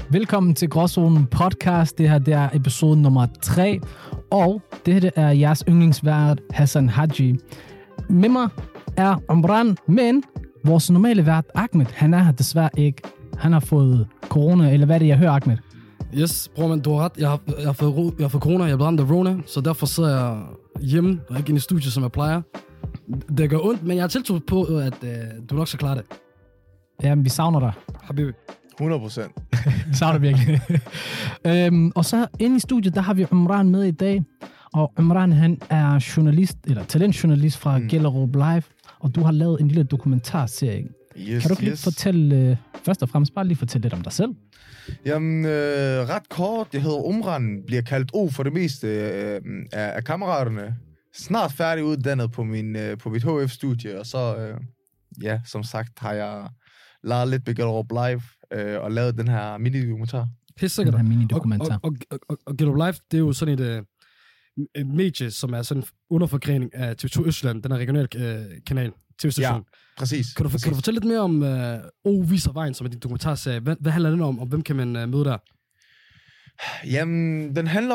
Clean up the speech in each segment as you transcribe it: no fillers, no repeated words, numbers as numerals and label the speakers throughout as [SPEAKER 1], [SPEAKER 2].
[SPEAKER 1] Velkommen til Gråzonen podcast. Det her det er episode nummer 3, og det er jeres yndlingsvært Hassan Haji. Med mig er Omran, men vores normale vært Ahmed, han er her desværre ikke. Han har fået corona, eller hvad er det, jeg hører, Ahmed?
[SPEAKER 2] Yes, bror, men du har ret. Jeg har fået corona, jeg er blevet ramt af Rona, så derfor sidder jeg hjemme og ikke inde i studiet, som jeg plejer. Det gør ondt, men jeg har tiltro på, at du nok skal klare det.
[SPEAKER 1] Jamen, vi savner dig.
[SPEAKER 2] Habibi.
[SPEAKER 3] 100%.
[SPEAKER 1] Vi savner virkelig. Og så inde i studiet, der har vi Omran med i dag. Og Omran, han er journalist, eller talentjournalist fra Gellerup Live. Og du har lavet en lille dokumentarserie.
[SPEAKER 3] Yes,
[SPEAKER 1] kan du lige fortælle, først og fremmest bare lige fortælle lidt om dig selv?
[SPEAKER 3] Jamen, ret kort. Jeg hedder Omran, bliver kaldt O for det meste af kammeraterne. Snart færdig uddannet på mit HF-studie, og så, som sagt, har jeg lavet lidt ved Gellerup Live og lavet den her mini-dokumentar.
[SPEAKER 2] Helt sikkert.
[SPEAKER 1] Den her mini-dokumentar.
[SPEAKER 2] Og Gellerup Live, det er jo sådan et medie, som er sådan en underforgrening af TV2 Østjylland, den her regionale kanal, TV-station.
[SPEAKER 3] Ja, præcis.
[SPEAKER 2] Kan du fortælle lidt mere om O viser vejen, som er din dokumentarserie? Hvad handler den om, og hvem kan man møde der?
[SPEAKER 3] Jamen, den handler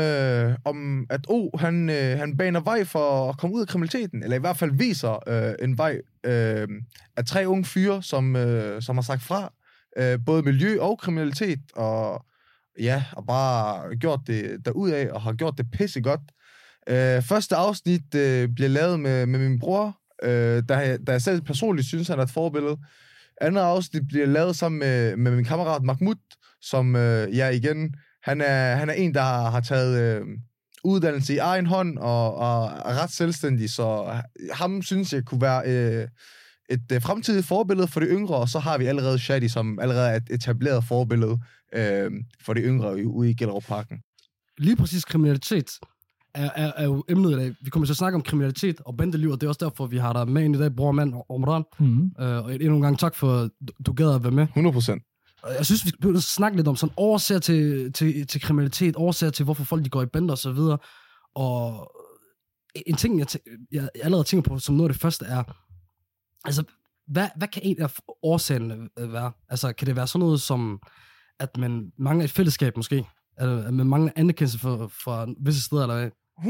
[SPEAKER 3] om at O, han baner vej for at komme ud af kriminaliteten, eller i hvert fald viser en vej af 3 unge fyre, som har sagt fra, både miljø og kriminalitet, og bare gjort det derudaf, og har gjort det pissegodt. Første afsnit bliver lavet med min bror, da jeg selv personligt synes, han er et forbillede. Andet afsnit bliver lavet sammen med min kammerat Mahmoud, som, igen, han er en, der har taget uddannelse i egen hånd, og er ret selvstændig, så ham synes jeg kunne være et fremtidigt forbillede for de yngre, og så har vi allerede Shadi, som allerede er et etableret forbillede for de yngre ude i Gellerupparken.
[SPEAKER 2] Lige præcis kriminalitet er jo emnet i dag. Vi kommer til at snakke om kriminalitet og bandeliv, og det er også derfor, vi har dig med ind i dag, bror mand Omran. Og endnu en gang tak for, du gad at være med.
[SPEAKER 3] 100%.
[SPEAKER 2] Jeg synes, vi burde snakke lidt om sådan årsager til kriminalitet, årsager til, hvorfor folk de går i bander og så videre. Og en ting, jeg allerede tænker på, som noget af det første er, altså, hvad kan en af årsagerne være? Altså, kan det være sådan noget som, at man mangler et fællesskab måske? Eller at man mangler anerkendelse fra visse steder, eller hvad?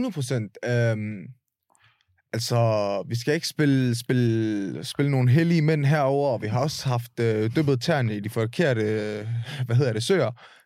[SPEAKER 3] 100%. Altså, vi skal ikke spille nogle hellige mænd herover, og vi har også haft dyppet tæerne i de forkerte, søer.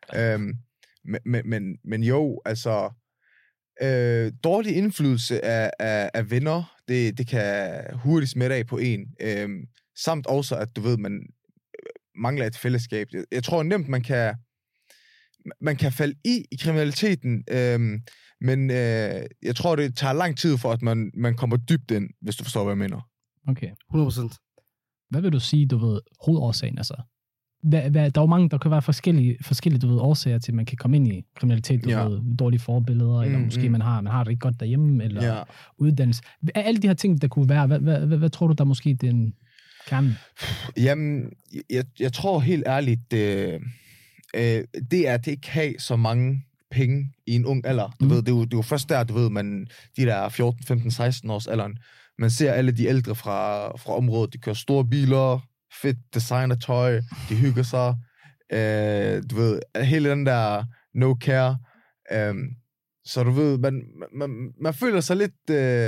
[SPEAKER 3] Men jo, altså, dårlig indflydelse af venner, det kan hurtigt smitte af på en. Samt også, at du ved, man mangler et fællesskab. Jeg tror nemt, man kan falde i kriminaliteten, men jeg tror, det tager lang tid for, at man kommer dybt ind, hvis du forstår, hvad jeg mener.
[SPEAKER 1] Okay.
[SPEAKER 2] 100%.
[SPEAKER 1] Hvad vil du sige, du ved, hovedårsagen, altså? Der er jo mange, der kan være forskellige du ved, årsager til, at man kan komme ind i kriminalitet, du ved, dårlige forbilleder, eller måske man har det ikke godt derhjemme, eller uddannelse. Af alle de her ting, der kunne være, hvad tror du, der måske den kerne?
[SPEAKER 3] Jamen, jeg tror helt ærligt, det er at ikke have så mange penge i en ung alder. Du ved, det er jo først der, du ved, de der 14, 15, 16 års alderen, man ser alle de ældre fra området, de kører store biler, fedt designertøj, de hygger sig, du ved, hele den der no care, så du ved, man føler sig lidt,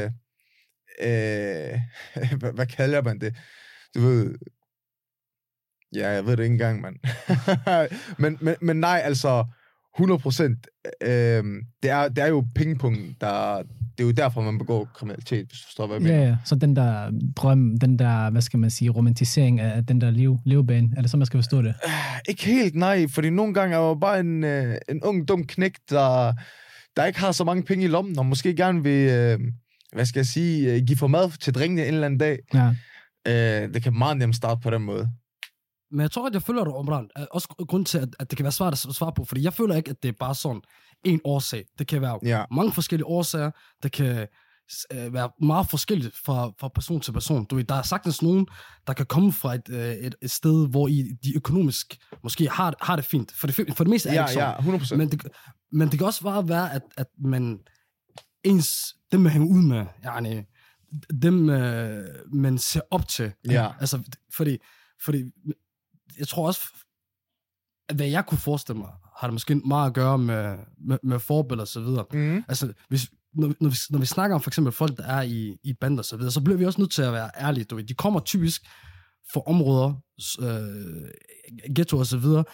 [SPEAKER 3] hvad kalder man det? Du ved, ja, jeg ved det ikke engang, mand. men nej, altså, 100%, det er jo pengepunkten, det er jo derfor, man begår kriminalitet, hvis du forstår, hvad jeg mener.
[SPEAKER 1] Ja, så den der drøm, den der, hvad skal man sige, romantisering af den der levebane, er det så, man skal forstå det?
[SPEAKER 3] Ikke helt, nej, fordi nogle gange er jeg bare en ung, dum knægt, der ikke har så mange penge i lommen, og måske gerne vil, give for mad til drengene en eller anden dag.
[SPEAKER 1] Ja.
[SPEAKER 3] Det kan meget nemt starte på den måde.
[SPEAKER 2] Men jeg tror, at jeg føler dig, Omran, også grund til, at det kan være svært at svare på, fordi jeg føler ikke, at det er bare sådan en årsag. Det kan være mange forskellige årsager, det kan være meget forskelligt fra person til person. Du ved, der er sagtens nogen, der kan komme fra et sted, hvor de økonomisk måske har det fint. For det meste er det ikke sådan.
[SPEAKER 3] 100%.
[SPEAKER 2] Men det kan også bare være, at man dem man hænger ud med, dem man ser op til.
[SPEAKER 3] Ja.
[SPEAKER 2] Altså, fordi jeg tror også, hvad jeg kunne forestille mig, har det måske meget at gøre med forbilleder og så videre.
[SPEAKER 3] Mm.
[SPEAKER 2] Altså, når vi snakker om for eksempel folk, der er i bander og så videre, så bliver vi også nødt til at være ærlige. Du ved. De kommer typisk fra områder, ghetto og så videre,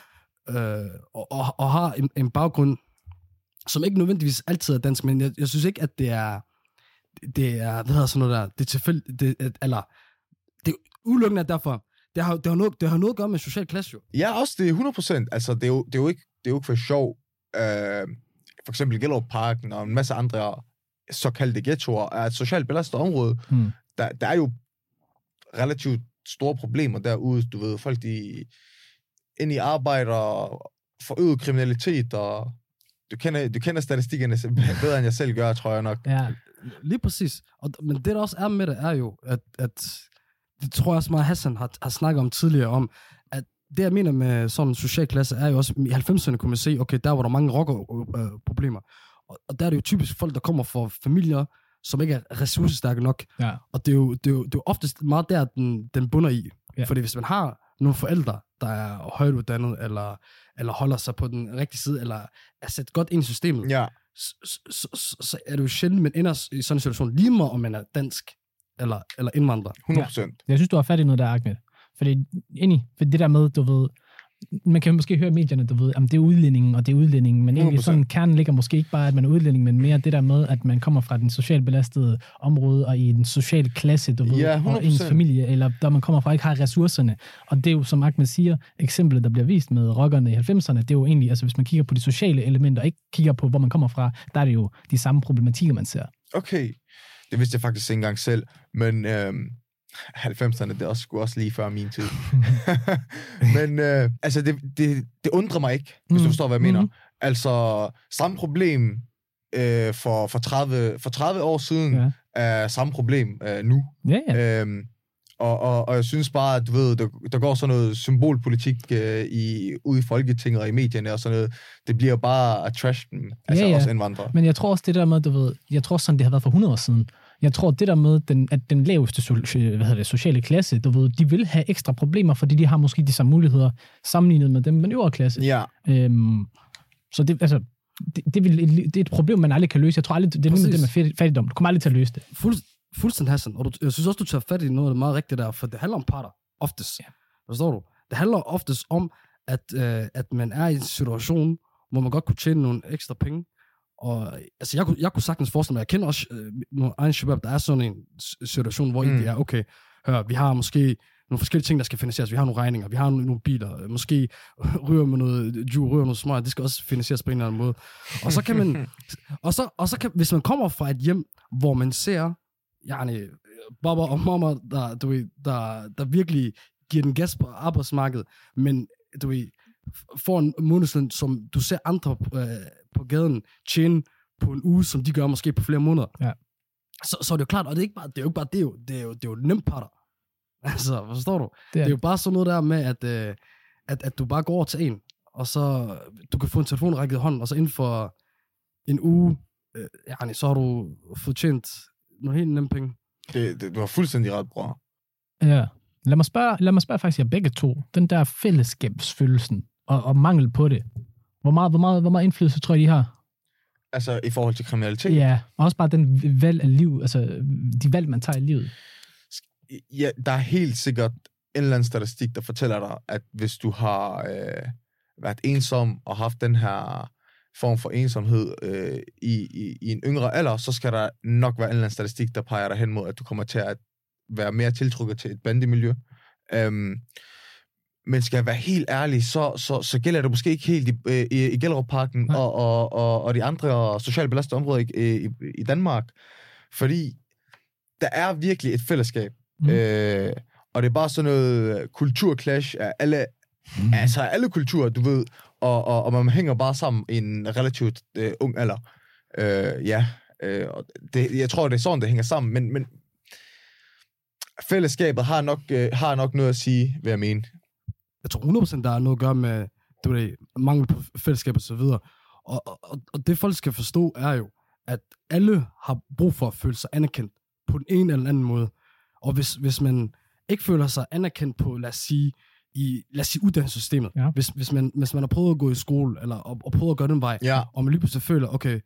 [SPEAKER 2] og har en baggrund, som ikke nødvendigvis altid er dansk, men jeg synes ikke, at det er hvad hedder sådan noget der, det er tilfældigt, eller det er ulykken er derfor, det har noget at gøre med social klasse jo.
[SPEAKER 3] Ja, også det er 100%. Altså, det er jo ikke for sjov. For eksempel Gellerupparken og en masse andre såkaldte ghettoer er et socialt belastet område. Der er jo relativt store problemer derude. Du ved, folk de ind i arbejder, forøget kriminalitet, og du kender statistikkerne bedre, end jeg selv gør, tror jeg nok.
[SPEAKER 2] Ja, lige præcis. Men det, der også er med det, er jo, at det tror jeg også meget, Hassan har snakket om tidligere, om, at det, jeg mener med sådan en social klasse, er jo også, i 90'erne kunne man se, okay, der var der mange rockerproblemer. Og der er det jo typisk folk, der kommer fra familier, som ikke er ressourcestærke nok.
[SPEAKER 1] Ja.
[SPEAKER 2] Og det er jo oftest meget der, den bunder i. Ja. Fordi hvis man har nogle forældre, der er højt uddannet, eller holder sig på den rigtige side, eller er sat godt ind i systemet,
[SPEAKER 3] ja.
[SPEAKER 2] så er det jo sjældent, man ender i sådan en situation, lige meget om man er dansk eller indvandrer.
[SPEAKER 3] 100%.
[SPEAKER 1] Ja. Jeg synes, du har fat i noget der, Ahmed. Fordi for det der med, du ved, man kan måske høre i medierne, du ved, at det er udlændingen, og det er udlændingen, men egentlig 100%. Sådan kernen ligger måske ikke bare, at man er udlænding, men mere det der med, at man kommer fra den socialt belastede område, og i en social klasse, du ved, og ens familie, eller der man kommer fra, ikke har ressourcerne. Og det er jo, som Ahmed siger, eksemplet, der bliver vist med rockerne i 90'erne, det er jo egentlig, altså hvis man kigger på de sociale elementer, og ikke kigger på, hvor man kommer fra, der er det jo de samme problematikker, man ser.
[SPEAKER 3] Okay, det vidste jeg faktisk ikke engang selv, men 90'erne, det er sgu også lige før min tid. Men altså, det undrer mig ikke, hvis du forstår, hvad jeg mener. Altså, samme problem for 30 år siden er samme problem nu.
[SPEAKER 1] Ja.
[SPEAKER 3] Og jeg synes bare, at du ved, der går sådan noget symbolpolitik ude i Folketinget og i medierne og sådan noget. Det bliver bare at trash dem, altså også indvandrere.
[SPEAKER 1] Men jeg tror også det der med, du ved, jeg tror sådan, det har været for 100 år siden. Jeg tror det der med, at den laveste sociale klasse, du ved, de vil have ekstra problemer, fordi de har måske de samme muligheder sammenlignet med dem med den øvre klasse.
[SPEAKER 3] Ja.
[SPEAKER 1] Så det, altså, det er et problem, man aldrig kan løse. Jeg tror aldrig, det er noget med det med fattigdom. Du kommer aldrig til at løse det.
[SPEAKER 2] Fuldstændig, Hassan. Og jeg synes også, du tager fat i noget af det meget rigtigt der, for det handler om parter, oftest. Ja. Forstår du? Det handler oftest om, at man er i en situation, hvor man godt kunne tjene nogle ekstra penge. Og altså, jeg kunne sagtens forestille mig, jeg kender også nogle egen shabab, der er sådan en situation, hvor det er, okay, hør, vi har måske nogle forskellige ting, der skal finansieres. Vi har nogle regninger, vi har nogle biler, måske ryger med noget smart, det skal også finansieres på en eller anden måde. Og så kan man, og så kan, hvis man kommer fra et hjem, hvor man ser, baba og mama, der virkelig giver den gas på arbejdsmarkedet, men du ved, får en månedsløn, som du ser andre på gaden tjene på en uge, som de gør måske på flere måneder.
[SPEAKER 1] Ja.
[SPEAKER 2] Så er det jo klart, og det er jo ikke bare det er jo nemt parter. Altså, forstår du? Det er jo bare sådan noget der med, at du bare går over til en, og så du kan få en telefon rækket i hånden, og så inden for en uge, så har du fået tjent nogle helt nemme penge.
[SPEAKER 3] Du har fuldstændig ret, bror.
[SPEAKER 1] Ja. Lad mig spørge faktisk jer begge to. Den der fællesskabsfølelsen og mangel på det. Hvor meget indflydelse tror I, de har?
[SPEAKER 3] Altså i forhold til kriminalitet?
[SPEAKER 1] Ja, og også bare den valg af liv, altså de valg, man tager i livet.
[SPEAKER 3] Ja, der er helt sikkert en eller anden statistik, der fortæller dig, at hvis du har været ensom og haft den her form for ensomhed i en yngre alder, så skal der nok være en eller anden statistik, der peger dig hen mod, at du kommer til at være mere tiltrukket til et bandemiljø. Men skal jeg være helt ærlig, så gælder det måske ikke helt i Gellerupparken og de andre socialt belastede områder i Danmark. Fordi der er virkelig et fællesskab. Og det er bare sådan noget kulturclash af alle kulturer, du ved. Og man hænger bare sammen i en relativt ung alder. Jeg tror, det er sådan, det hænger sammen. Men fællesskabet har nok noget at sige, vil jeg mene.
[SPEAKER 2] Jeg tror 100% der er noget at gøre med mangel på fællesskab og så videre. Og det folk skal forstå er jo, at alle har brug for at føle sig anerkendt på den ene eller anden måde. Og hvis man ikke føler sig anerkendt på, lad os sige, lad os sige, uddannelsessystemet.
[SPEAKER 1] Ja.
[SPEAKER 2] Hvis man har prøvet at gå i skole, eller og prøvet at gøre den vej, og man lige pludselig føler, okay,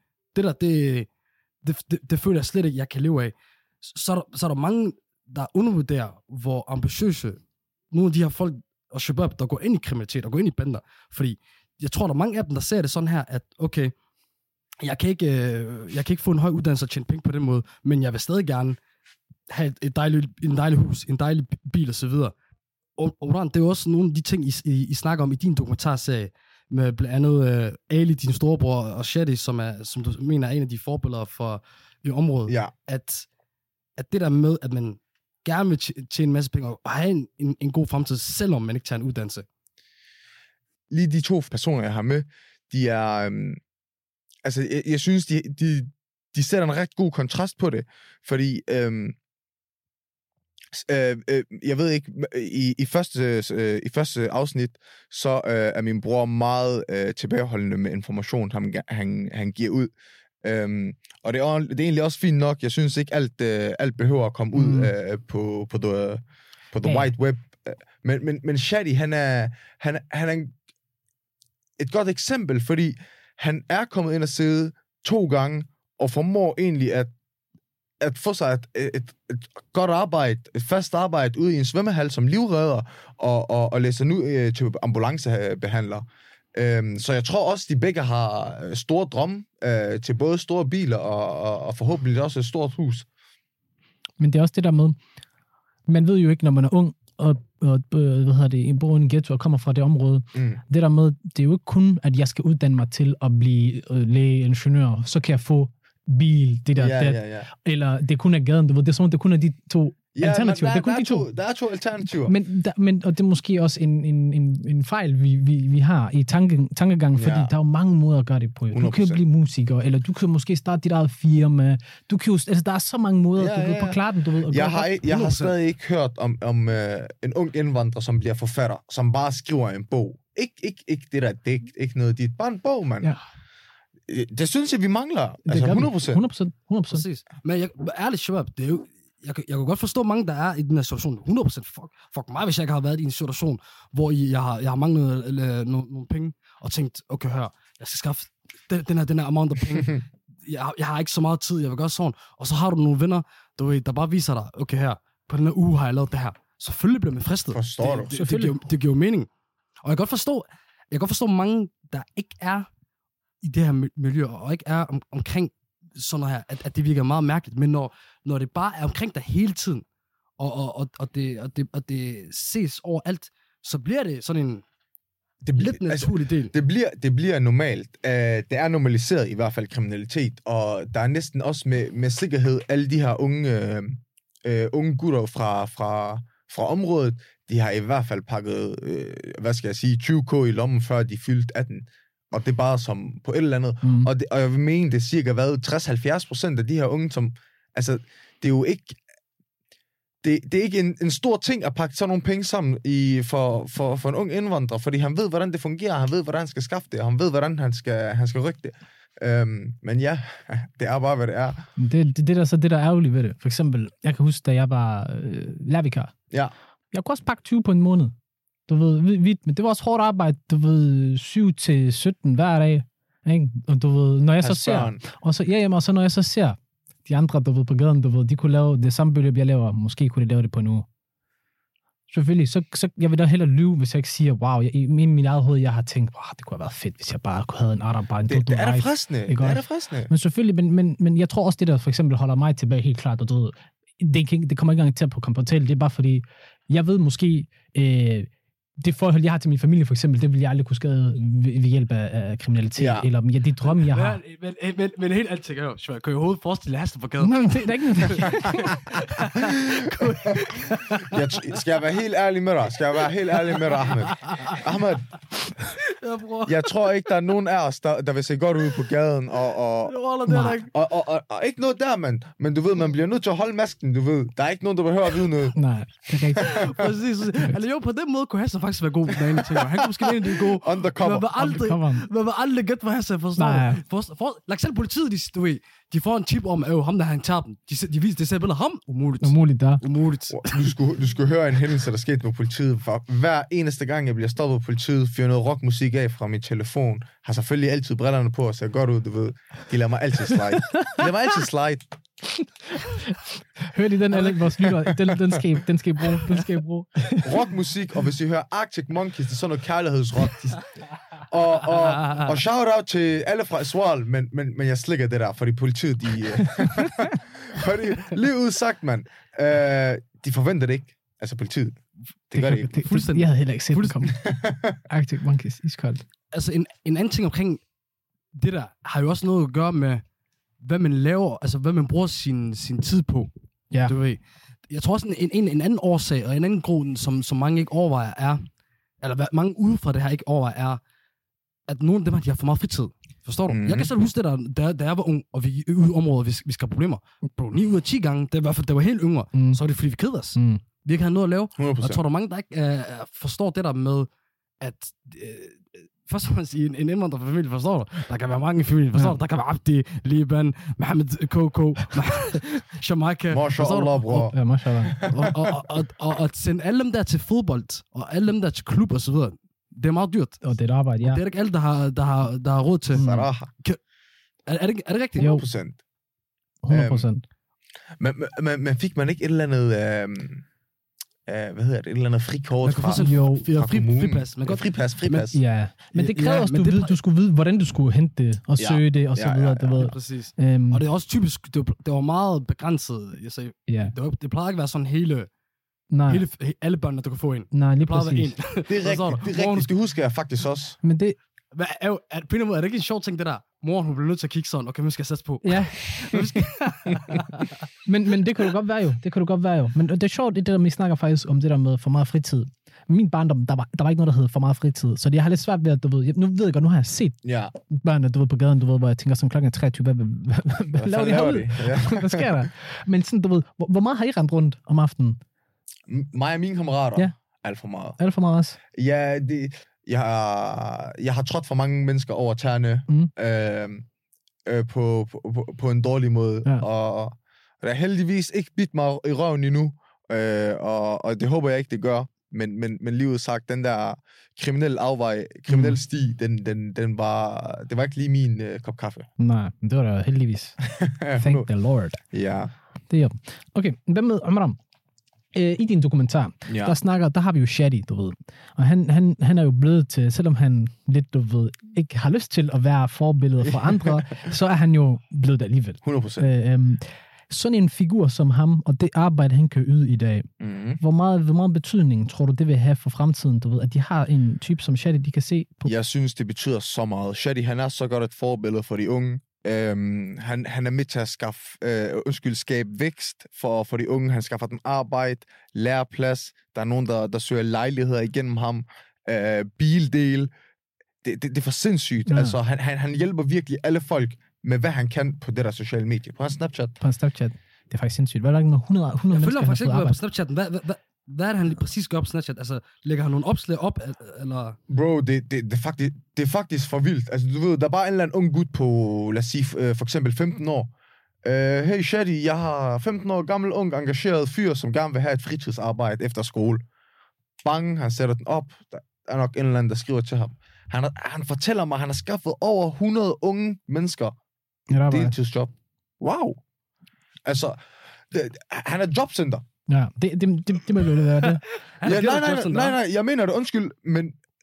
[SPEAKER 2] det føler jeg slet ikke, jeg kan leve af, så er der mange, der undervurderer, hvor ambitiøse nogle af de her folk og shabab, der går ind i kriminalitet og går ind i bander. Fordi jeg tror, der er mange af dem, der ser det sådan her, at okay, jeg kan ikke få en høj uddannelse og tjene penge på den måde, men jeg vil stadig gerne have en dejlig hus, en dejlig bil osv. Og det er jo også nogle af de ting, I snakker om i din dokumentarserie, med blandt andet Ali, din storebror, og Shadi, som du mener er en af de forbilleder i området.
[SPEAKER 3] Ja.
[SPEAKER 2] At det der med, at man gerne vil tjene en masse penge og have en god fremtid, selvom man ikke tager en uddannelse.
[SPEAKER 3] Lige de 2 personer, jeg har med, de er... jeg synes, de sætter en ret god kontrast på det, fordi... jeg ved ikke, i første afsnit, så er min bror meget tilbageholdende med information, han giver ud. Og det er egentlig også fint nok. Jeg synes ikke, alt behøver at komme ud på the white web. Men Shadi, han er et godt eksempel, fordi han er kommet ind og sidde 2 gange, og formår egentlig at få sig et godt arbejde, et fast arbejde ude i en svømmehal som livredder, og læser nu til ambulancebehandler. Så jeg tror også, de begge har store drømme til både store biler og forhåbentlig også et stort hus.
[SPEAKER 1] Men det er også det der med, man ved jo ikke, når man er ung, og bor i en ghetto og kommer fra det område. Det der med, det er jo ikke kun, at jeg skal uddanne mig til at blive lægeingeniør, så kan jeg få bil, det der,
[SPEAKER 3] ja.
[SPEAKER 1] Eller det kun er gaden, du ved, det er som om, det kun er de 2 alternativer. Det er kun de 2.
[SPEAKER 3] Der er 2 alternativer.
[SPEAKER 1] Men og det er måske også en fejl, vi har i tankegangen, fordi der er jo mange måder at gøre det på. Du kan jo blive musiker, eller du kan måske starte dit eget firma. Du kan jo, altså, der er så mange måder, du ved, på klaren, du ved.
[SPEAKER 3] Jeg har stadig ikke hørt om en ung indvandrer, som bliver forfatter, som bare skriver en bog. Ikke det der digt, ikke noget dit. Bare en bog, mand. Ja. Det synes jeg, vi mangler. Altså
[SPEAKER 1] 100%.
[SPEAKER 2] Præcis. Men ærligt, Shabab, det er jo... Jeg kan godt forstå mange, der er i den her situation. 100% fuck mig, hvis jeg ikke har været i en situation, hvor jeg har manglet nogle penge, og tænkt, okay, hør, jeg skal skaffe den her amount af penge. Jeg har ikke så meget tid, jeg vil gøre sådan. Og så har du nogle venner, der bare viser dig, okay, her, på den her uge har jeg lavet det her. Selvfølgelig bliver man fristet.
[SPEAKER 3] Forstår du?
[SPEAKER 2] Det giver jo mening. Og jeg kan godt forstå mange, der ikke er i det her miljø, og ikke er omkring sådan noget her, at det virker meget mærkeligt. Men når det bare er omkring dig hele tiden, og det ses overalt, så bliver det sådan en lidt naturlig del.
[SPEAKER 3] Det bliver normalt. Det er normaliseret i hvert fald kriminalitet, og der er næsten også med sikkerhed alle de her unge gutter fra området, de har i hvert fald pakket, 20k i lommen, før de fyldte 18. Og det er bare som på et eller andet. Og jeg vil mene, det er cirka 60-70% af de her unge, som... Altså, det er jo ikke... Det er ikke en stor ting at pakke sådan nogle penge sammen for en ung indvandrer, fordi han ved, hvordan det fungerer, han ved, hvordan han skal skaffe det, og han ved, hvordan han skal rykke det. Men ja, det er bare, hvad det er.
[SPEAKER 1] Det der er ærgerligt ved det. For eksempel, jeg kan huske, da jeg var lærervikar.
[SPEAKER 3] Ja.
[SPEAKER 1] Jeg kunne også pakke 20 på en måned. Du ved, men det var også hårdt arbejde, du ved, 7 til 17 hver dag, ikke? Og du ved, når jeg så ser, og så når jeg så ser de andre, du ved, på gaden, du ved, de kunne lave det samme beløb, jeg laver, måske kunne de lave det på en uge. Selvfølgelig, så jeg vil da hellere lyve, hvis jeg ikke siger, wow, i min eget hoved, jeg har tænkt, wow, det kunne have været fedt, hvis jeg bare kunne have en arbejde.
[SPEAKER 3] Det er da fristende.
[SPEAKER 1] Men selvfølgelig, men jeg tror også, det der for eksempel holder mig tilbage helt klart, og du ved, det kommer ikke engang til at komme på tale, det er bare fordi, jeg ved måske, det forhold, jeg har til min familie, for eksempel, det vil jeg aldrig kunne skade ved hjælp af kriminalitet, eller de drømme, jeg har.
[SPEAKER 2] Men helt alt tænker jeg, kan jeg overhovedet forestille Hassan på gaden?
[SPEAKER 1] Nej, det er ikke
[SPEAKER 3] noget. Skal jeg være helt ærlig med dig, Ahmed? Ahmed,
[SPEAKER 2] Ja, bror.
[SPEAKER 3] Jeg tror ikke, der er nogen af os, der vil se godt ud på gaden, og ikke noget der, mand. Men du ved, man bliver nødt til at holde masken, du ved. Der er ikke nogen, der behøver at vide noget.
[SPEAKER 1] Nej, det er rigtigt.
[SPEAKER 2] Præcis. Altså jo, på den måde kunne Hassan faktisk være god med en ting. Han kunne måske være en af de gode.
[SPEAKER 3] Undercover.
[SPEAKER 2] Man vil aldrig gætte på Hassan, forstår du? Lad selv politiet, de får en tip om, at ham der han tager dem. De viser, det ser billeder ham.
[SPEAKER 1] Umuligt, der.
[SPEAKER 2] Umuligt.
[SPEAKER 3] Du skulle høre en hændelse, der skete med politiet. For hver eneste gang, jeg bliver stoppet af politiet, fyrer noget rockmusik af fra min telefon. Har selvfølgelig altid brillerne på og ser godt ud, du ved. De lader mig altid slide.
[SPEAKER 1] Hør de den, alle vores lytter? Den skal I bruge.
[SPEAKER 3] Rockmusik, og hvis I hører Arctic Monkeys, det er sådan noget kærlighedsrock. Og shout-out til alle fra Aswal, men jeg slikker det der, fordi politiet, fordi, lige udsagt, mand, de forventer det ikke. Altså politiet. Det gør det ikke.
[SPEAKER 1] Fuldstændig. Jeg havde heller ikke set det komme. Arctic Monkeys, iskoldt.
[SPEAKER 2] Altså en anden ting omkring det der, har jo også noget at gøre med, hvad man laver, altså hvad man bruger sin tid på.
[SPEAKER 1] Ja.
[SPEAKER 2] Du ved. Jeg tror også, en anden årsag, og en anden grund, som mange ikke overvejer, er, eller mange ude fra det her ikke overvejer, er, at nogle af dem de har for meget fritid. Forstår du? Jeg kan selv huske det, da jeg var ung, og vi er ude i områder, vi skal have problemer. Bro, 9 ud af 10 gange, det var helt yngre, så var det fordi, vi kedede os. Vi ikke havde noget at lave. 100%. Og jeg tror, der er mange, der ikke forstår det der med, at først og fremmest i en indvandrerfamilie, forstår du? Der kan være mange i familien, forstår du? Der kan være Abdi, Liban, Mohammed Koko, Jamaica.
[SPEAKER 3] Mashallah, bror.
[SPEAKER 1] Ja, mashallah.
[SPEAKER 2] Og at sende alle dem der til fodbold, og alle dem der til klub og så videre, det er meget dyrt.
[SPEAKER 1] Og det er et arbejde, ja.
[SPEAKER 2] Og det er ikke alle, der har råd til.
[SPEAKER 3] Saraha.
[SPEAKER 2] Er det rigtigt?
[SPEAKER 1] Jo.
[SPEAKER 3] 100%. Men fik man ikke et eller andet... hvad hedder det? Et eller andet frikort fra kommunen?
[SPEAKER 2] Friplads.
[SPEAKER 3] Friplads.
[SPEAKER 1] Ja, men det kræver også, du skulle vide, hvordan du skulle hente det, og søge det, og så videre.
[SPEAKER 2] Det ved. Præcis. Og det er også typisk, det var meget begrænset. Jeg sagde, det plejede ikke at være sådan alle børnene, du kan få en.
[SPEAKER 1] Nej, lige præcis.
[SPEAKER 3] Det er rigtigt. Det husker jeg faktisk også.
[SPEAKER 1] Men det...
[SPEAKER 2] Er det ikke en sjov ting, det der? Mor, hun bliver nødt til at kigge sådan, okay, nu skal jeg sætte på.
[SPEAKER 1] Ja. men det kan du godt være jo. Men det er sjovt, det der, vi snakker faktisk om det der med for meget fritid. Min barndom, der var ikke noget, der hed for meget fritid. Så jeg har lidt svært ved, at du ved, nu ved jeg godt, nu har jeg set børnene, du ved, på gaden, du ved, hvor jeg tænker som klokken 23, hvad laver de herude? Hvad sker der? Men sådan, du ved, hvor meget har I rendt rundt om aftenen?
[SPEAKER 3] Mig og mine kammerater?
[SPEAKER 1] Ja.
[SPEAKER 3] Alt for meget.
[SPEAKER 1] Alt for meget også?
[SPEAKER 3] Ja, jeg har trådt for mange mennesker over tæerne på en dårlig måde. Ja. Og der er heldigvis ikke bidt mig i røven endnu. Og det håber jeg ikke, det gør. Men livet sagt, den der kriminelle sti, det var ikke lige min kop kaffe.
[SPEAKER 1] Nej, men det var da heldigvis. Thank the Lord.
[SPEAKER 3] Ja.
[SPEAKER 1] Det er okay, hvad med Omram? I din dokumentar, der har vi jo Shadi, du ved. Og han er jo blevet til, selvom han lidt, du ved, ikke har lyst til at være forbillede for andre, så er han jo blevet det alligevel.
[SPEAKER 3] 100%.
[SPEAKER 1] Sådan en figur som ham, og det arbejde, han kan yde i dag, hvor meget betydning tror du, det vil have for fremtiden, du ved, at de har en type som Shadi, de kan se på?
[SPEAKER 3] Jeg synes, det betyder så meget. Shadi, han er så godt et forbillede for de unge. Han er med til at skabe vækst for de unge. Han skaffer dem arbejde, læreplads. Der er nogen, der søger lejligheder igennem ham. Bildel. Det er for sindssygt. Ja. Altså, han hjælper virkelig alle folk med, hvad han kan på det der sociale medie. På hans Snapchat. Det er faktisk sindssygt. Hvad er der ikke 100
[SPEAKER 2] jeg
[SPEAKER 1] mennesker,
[SPEAKER 2] føler faktisk ikke på Snapchatten. Hvad er det, han lige præcis gør på Snapchat? Altså, lægger han nogle opslag op, eller?
[SPEAKER 3] Bro, det er faktisk for vildt. Altså, du ved, der er bare en eller anden ung gut på, lad os sige, for eksempel 15 år. Hey, Shadi, jeg har 15 år gammel, ung, engageret fyr, som gerne vil have et fritidsarbejde efter skole. Bang, han sætter den op. Der er nok en eller anden, der skriver til ham. Han fortæller mig, at han har skaffet over 100 unge mennesker deltidsjob. Wow. Altså, han er jobcenter.
[SPEAKER 1] Ja, det må jo være det.
[SPEAKER 3] Nej, jeg mener det, undskyld, men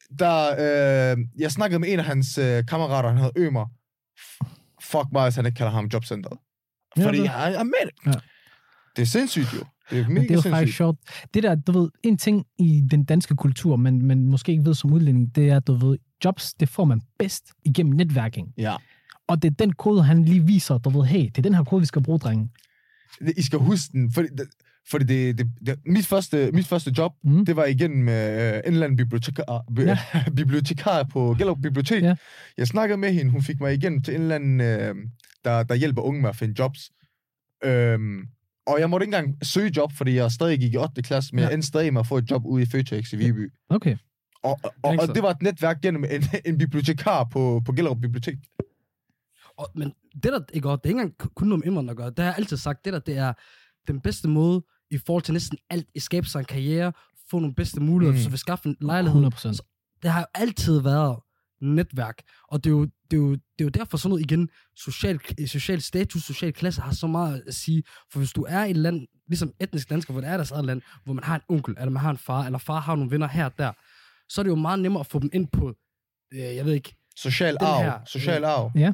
[SPEAKER 3] jeg snakkede med en af hans kammerater, han hedder Ømer. Fuck mig, hvis han ikke kalder ham jobcenteret. Fordi jeg er med det. Ja. Det er sindssygt jo. Det er mega sindssygt.
[SPEAKER 1] Faktisk sjovt. Det der, du ved, en ting i den danske kultur, men måske ikke ved som udlænding, det er, du ved, jobs, det får man bedst igennem netværking.
[SPEAKER 3] Ja.
[SPEAKER 1] Og det er den kode, han lige viser, du ved, hey, det er den her kode, vi skal bruge, drenge.
[SPEAKER 3] I skal huske den, Fordi mit første job, det var igen med en eller anden bibliotekar på Gellerup Bibliotek.
[SPEAKER 1] Ja.
[SPEAKER 3] Jeg snakkede med hende, hun fik mig igen til en eller anden, der hjælper unge med at finde jobs. Og jeg måtte ikke engang søge job, fordi jeg stadig gik i 8. klasse, men jeg endte stadig med at få et job ude i Føtex i Viby.
[SPEAKER 1] Okay.
[SPEAKER 3] Og det var et netværk gennem en bibliotekar på Gellerup Bibliotek.
[SPEAKER 2] Men det der ikke godt, det er ikke engang kun noget med indvandrere at gøre. Det har jeg altid sagt, det er den bedste måde i forhold til næsten alt at skabe sig en karriere, få nogle bedste muligheder, så vi skaffe en lejlighed.
[SPEAKER 1] 100%.
[SPEAKER 2] Så det har jo altid været netværk, og det er jo derfor sådan noget igen, social status, social klasse har så meget at sige, for hvis du er i et land, ligesom etnisk dansker, hvor det er deres eget land, hvor man har en onkel, eller man har en far, eller far har nogle venner her og der, så er det jo meget nemmere at få dem ind på, jeg ved ikke,
[SPEAKER 3] social arv.
[SPEAKER 1] Ja.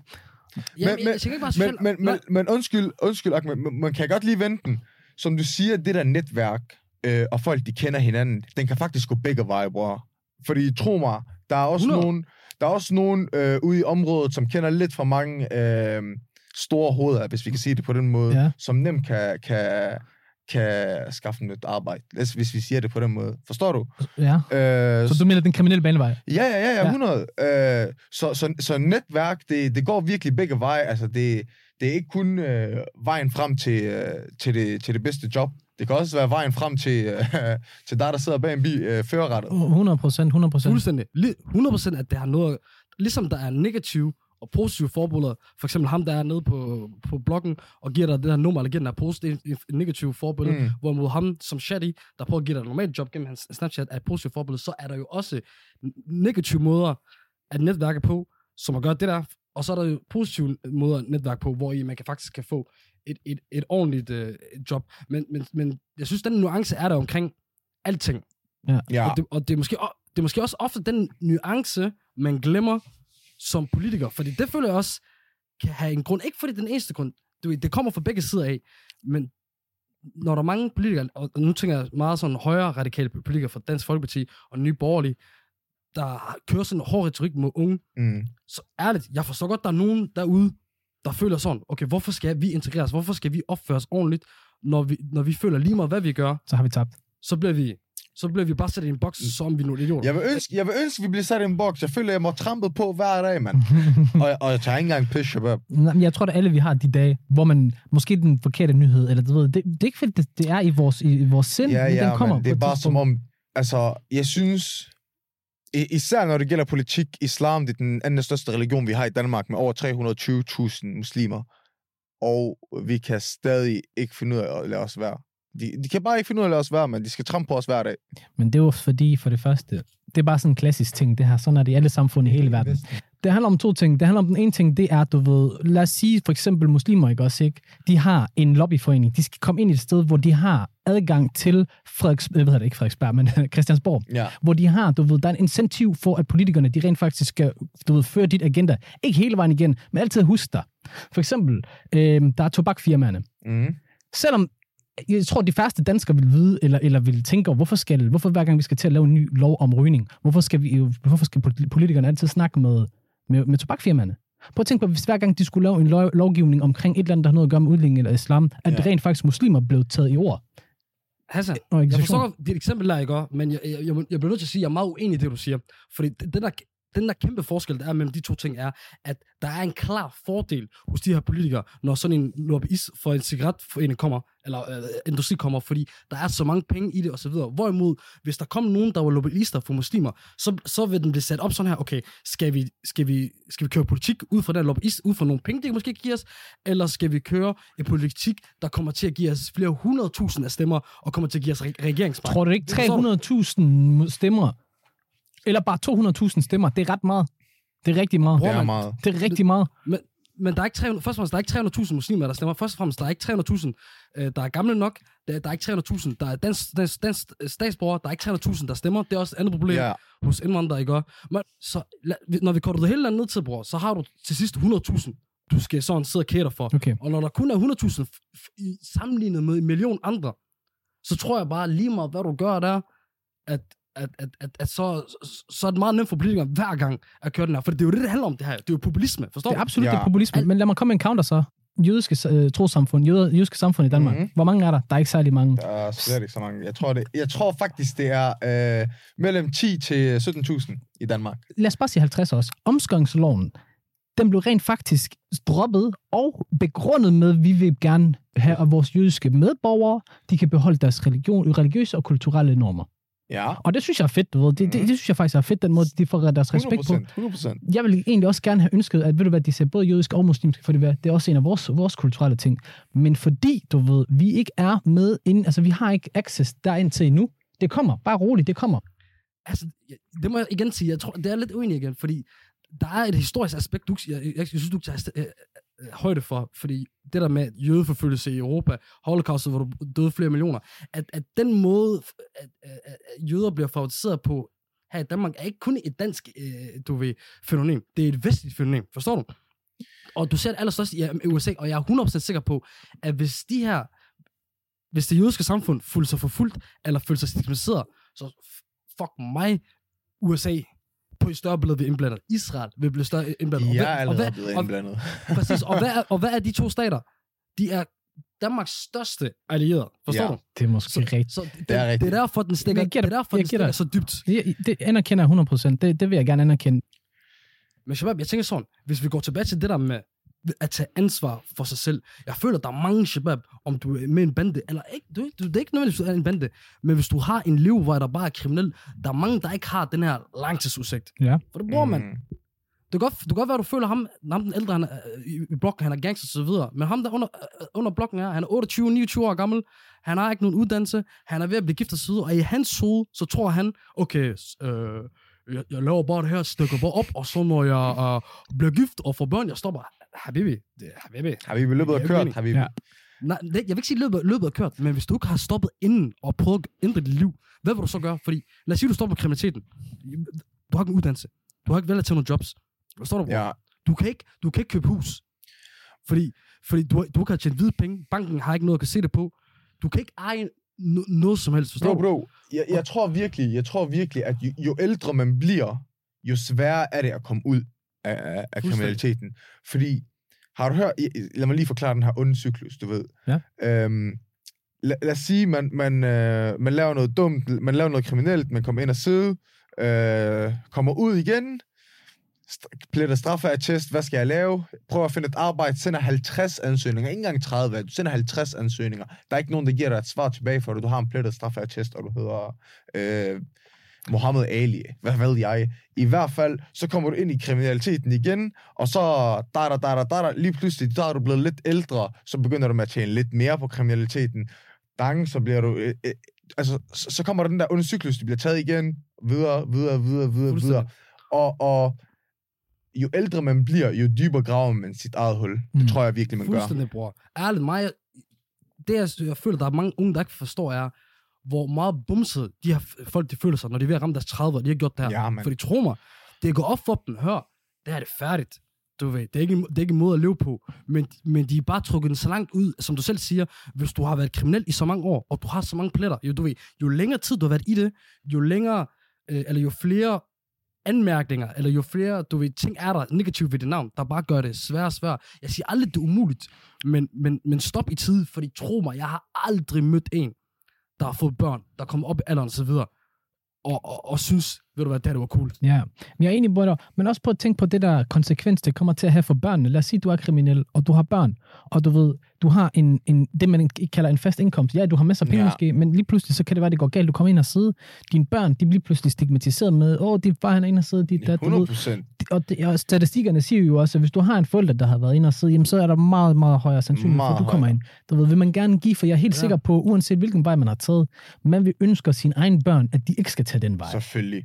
[SPEAKER 3] Men undskyld, Ahmed, man kan godt lige vente den. Som du siger, det der netværk, og folk, de kender hinanden, den kan faktisk gå begge veje, bror. Fordi, tro mig, der er også nogen ude i området, som kender lidt for mange store hoveder, hvis vi kan sige det på den måde, som nemt kan skaffe et arbejde, hvis vi siger det på den måde. Forstår du?
[SPEAKER 1] Ja. Så du mener den kriminelle banevej?
[SPEAKER 3] Ja, 100. Så netværk, det går virkelig begge veje. Altså, det er ikke kun vejen frem til det bedste job. Det kan også være vejen frem til dig, der sidder bag en bil, førerrettet.
[SPEAKER 1] 100%.
[SPEAKER 2] Fuldstændig. 100% at det har noget... Ligesom der er negative og positive forbilleder. For eksempel ham, der er nede på bloggen og giver dig det her nummer, eller giver den her post, det er et negativt forbillede. Hvorimod ham som Shadi, der prøver at give dig et normalt job gennem hans Snapchat, er et positivt forbillede. Så er der jo også negative måder at netværke på, som at gøre det der. Og så er der jo positive måder at netværke på, hvor man faktisk kan få et ordentligt job. Men jeg synes, den nuance er der omkring alting.
[SPEAKER 3] Ja.
[SPEAKER 2] Og det er måske også ofte den nuance, man glemmer som politiker. Fordi det føler jeg også kan have en grund. Ikke fordi den eneste grund. Det kommer fra begge sider af. Men når der er mange politikere, og nu tænker jeg meget sådan højere radikale politikere fra Dansk Folkeparti og Nye Borgerlige, der kører sådan en hård retorik mod unge, så ærligt, jeg forstår godt, der er nogen derude, der føler sådan, okay, hvorfor skal vi integreres? Hvorfor skal vi opføre os ordentligt, når vi føler lige meget, hvad vi gør?
[SPEAKER 1] Så har vi tabt.
[SPEAKER 2] Så bliver vi bare sat i en boks, som vi nu idioter.
[SPEAKER 3] Jeg vil ønske, vi bliver sat i en boks. Jeg føler, jeg må trampet på hver dag, mand. og jeg tager ikke engang pis, shabab.
[SPEAKER 1] Jeg tror, at alle vi har de dage, hvor man måske den forkerte nyhed, eller du ved, det er ikke fordi, det er i vores sind, men den kommer.
[SPEAKER 3] Men det er bare som om, altså, jeg synes, især når det gælder politik, islam, det er den anden største religion, vi har i Danmark, med over 320.000 muslimer. Og vi kan stadig ikke finde ud af at lade os være. De kan bare ikke finde ud af at lade os være, men de skal trampe på os hver dag.
[SPEAKER 1] Men det er jo fordi, for det første, det er bare sådan en klassisk ting, det her. Sådan er det i alle samfund i hele verden. Det handler om to ting. Det handler om den ene ting, det er, du ved, lad os sige for eksempel muslimer, ikke også, ikke? De har en lobbyforening. De skal komme ind i et sted, hvor de har adgang til Christiansborg.
[SPEAKER 3] Ja.
[SPEAKER 1] Hvor de har, du ved, der er en incentiv for, at politikerne, de rent faktisk skal, du ved, føre dit agenda. Ikke hele vejen igen, men altid husk dig. For eksempel, der er tobakfirmaerne. Selvom jeg tror, de færreste danskere vil vide, eller vil tænke over, hvorfor hver gang vi skal til at lave en ny lov om rygning, hvorfor skal politikerne altid snakke med tobakfirmaerne? Prøv at tænke på, hvis hver gang de skulle lave en lovgivning omkring et eller andet, der har noget at gøre med udlænding eller islam, at det rent faktisk muslimer blev taget i ord.
[SPEAKER 2] Hassan, jeg forstår dit eksempel der, ikke? Men jeg bliver nødt til at sige, at jeg er meget uenig i det, du siger. Fordi den der kæmpe forskel, der er mellem de to ting, er, at der er en klar fordel hos de her politikere, når sådan en lobbyist for en cigaretforening kommer, eller industri kommer, fordi der er så mange penge i det, og så videre. Hvorimod, hvis der kommer nogen, der var lobbyister for muslimer, så vil den blive sat op sådan her, okay, skal vi køre politik ud fra den lobbyist, ud fra nogle penge, det måske give os, eller skal vi køre en politik, der kommer til at give os flere 100.000 af stemmer, og kommer til at give os regeringsmagt?
[SPEAKER 1] Tror du ikke 300.000 stemmer? Eller bare 200.000 stemmer. Det er ret meget. Det er rigtig meget.
[SPEAKER 3] Det er meget.
[SPEAKER 1] Det er rigtig meget.
[SPEAKER 2] Men der er ikke 300, først og fremmest, der er ikke 300.000 muslimer, der stemmer. Først og fremmest, der er ikke 300.000, der er gamle nok. Der er ikke 300.000, der er dansk statsborgere. Der er ikke 300.000, der stemmer. Det er også et andet problem hos indvandrere, ikke? Men så, når vi korter det hele landet ned til, bror, så har du til sidst 100.000, du skal sådan sidde og kære dig for. Okay. Og når der kun er 100.000 sammenlignet med 1 million andre, så tror jeg bare lige meget, hvad du gør der, at så er det meget nemt for politikere hver gang at køre den her. For det er jo det handler om det her. Det er jo populisme, forstår du?
[SPEAKER 1] Det er absolut det populisme. Men lad mig komme med en counter så. jødiske trosamfund, jødiske samfund i Danmark.
[SPEAKER 3] Mhm.
[SPEAKER 1] Hvor mange er der? Der er ikke særlig mange.
[SPEAKER 3] Der er slet ikke så mange. Jeg tror faktisk, det er mellem 10 til 17.000 i Danmark.
[SPEAKER 1] Lad os bare sige 50 også. Omskæringsloven, den blev rent faktisk droppet og begrundet med, at vi vil gerne have, at vores jødiske medborgere, de kan beholde deres religiøse og kulturelle normer.
[SPEAKER 3] Ja.
[SPEAKER 1] Og det synes jeg er fedt, du ved. Det synes jeg faktisk er fedt, den måde, de får deres respekt på.
[SPEAKER 3] 100%.
[SPEAKER 1] Jeg vil egentlig også gerne have ønsket, at ved du hvad, de ser både jødisk og muslimsk, for det er også en af vores kulturelle ting. Men fordi, du ved, vi ikke er med inden, altså vi har ikke access derind til endnu. Det kommer, bare roligt, det kommer.
[SPEAKER 2] Altså, det må jeg igen sige, jeg tror, det er lidt uenig igen, fordi der er et historisk aspekt, jeg synes, du kan tage højde for, fordi det der med jødeforfølgelse i Europa, Holocaust, hvor der døde flere millioner, at den måde, at jøder bliver favoriseret på her i Danmark, er ikke kun et dansk fænomen. Det er et vestligt fænomen, forstår du? Og du ser det allerstørste i USA, og jeg er 100% sikker på, at hvis det jødiske samfund føler sig forfulgt, eller føler sig stigmatiseret, så fuck mig, USA på et større billede vil indblandet. Israel vil blive større indblandet.
[SPEAKER 3] Jeg er allerede blevet indblandet.
[SPEAKER 2] Præcis, og hvad er de to stater? De er Danmarks største allierede. Forstår du?
[SPEAKER 1] Det er måske rigtigt.
[SPEAKER 2] Så det er derfor, den stikker så dybt.
[SPEAKER 1] Det anerkender jeg 100%. Det vil jeg gerne anerkende.
[SPEAKER 2] Men Shabab, jeg tænker sådan, hvis vi går tilbage til det der med at tage ansvar for sig selv. Jeg føler, der er mange Shabab, om du er med en bande, eller ikke, det er ikke nødvendigvis, du er en bande, men hvis du har en levevej, der bare er kriminel, der er mange, der ikke har den her langtidsudsigt.
[SPEAKER 1] Ja.
[SPEAKER 2] For det bruger man. Det kan godt være, at du føler ham den ældre, han er, i blokken, han er gangster og så videre, men ham der under blokken her, han er 28-29 år gammel, han har ikke nogen uddannelse, han er ved at blive gift og så videre, og i hans hoved, så tror han, okay, jeg laver bare det her, stikker bare op, og så når jeg bliver gift og får børn, jeg stopper. Habibi.
[SPEAKER 3] Habibi, løbet er kørt, Habibi. Ja.
[SPEAKER 2] Nej, jeg vil ikke sige, løbet er kørt, men hvis du ikke har stoppet inden og prøvet at ændre dit liv, hvad vil du så gøre? Fordi, lad os sige, du stopper kriminaliteten. Du har ikke en uddannelse. Du har ikke valgt til nogle jobs. Forstår du?
[SPEAKER 3] Ja.
[SPEAKER 2] Du kan ikke købe hus. Fordi du kan tjene hvide penge. Banken har ikke noget at kan se det på. Du kan ikke eje noget som helst. Forstår
[SPEAKER 3] bro. Jeg tror virkelig, at jo ældre man bliver, jo sværere er det at komme ud af kriminaliteten. Fordi, har du hørt, lad mig lige forklare den her onde cyklus, du ved.
[SPEAKER 1] Ja.
[SPEAKER 3] Lad os sige, man laver noget dumt, man laver noget kriminelt, man kommer ind og sidde, kommer ud igen, pletter straffeattest, hvad skal jeg lave? Prøver at finde et arbejde, sender 50 ansøgninger, ikke engang 30, du sender 50 ansøgninger. Der er ikke nogen, der giver dig et svar tilbage, for du har en plettet straffeattest, og du hedder Mohammed Ali. Hvad ved jeg? I hvert fald, så kommer du ind i kriminaliteten igen, og så lige pludselig, der er du blevet lidt ældre, så begynder du med at tjene lidt mere på kriminaliteten. Så bliver du... så kommer der den der onde cyklus, du bliver taget igen, videre. Og jo ældre man bliver, jo dybere graver man sit eget hul. Det tror jeg virkelig, man gør.
[SPEAKER 2] Fuldstændig, bror. Ærligt, jeg føler, der er mange unge, der ikke forstår, er, hvor meget bumset de her folk, de føler sig, når de er ved at ramme deres 30'er, de har gjort det her.
[SPEAKER 3] Ja,
[SPEAKER 2] for de tror mig, det går op for dem, hør, det her er det færdigt. Du ved, det er ikke en måde at leve på, men de er bare trukket den så langt ud, som du selv siger, hvis du har været kriminel i så mange år, og du har så mange pletter, jo længere tid du har været i det, jo længere, eller jo flere anmærkninger, eller jo flere, ting er der negativt ved det navn, der bare gør det sværere og sværere. Jeg siger aldrig, det er umuligt, men stop i tid, fordi tro mig, jeg har aldrig mødt en, der har fået børn, der kommer op i alderen og så videre, og synes, ved du hvad, det var cool.
[SPEAKER 1] Ja, men jeg er enig på dig, men også på at tænke på det der konsekvens, det kommer til at have for børnene. Lad os sige, du er kriminel, og du har børn, og du ved, du har det, man ikke kalder en fast indkomst. Ja, du har masser af penge måske, men lige pludselig, så kan det være, det går galt. Du kommer ind og sidde. Dine børn, de bliver pludselig stigmatiseret med, det var han ind og sidde. 100%. Og statistikkerne siger jo også, at hvis du har en forælder, der har været ind og sidde, jamen, så er der meget, meget højere sandsynlighed for, at du kommer ind. Du ved, vil man gerne give, for jeg er helt sikker på, uanset hvilken vej man har taget, man vil ønske sine egne børn, at de ikke skal tage den vej.
[SPEAKER 3] Selvfølgelig.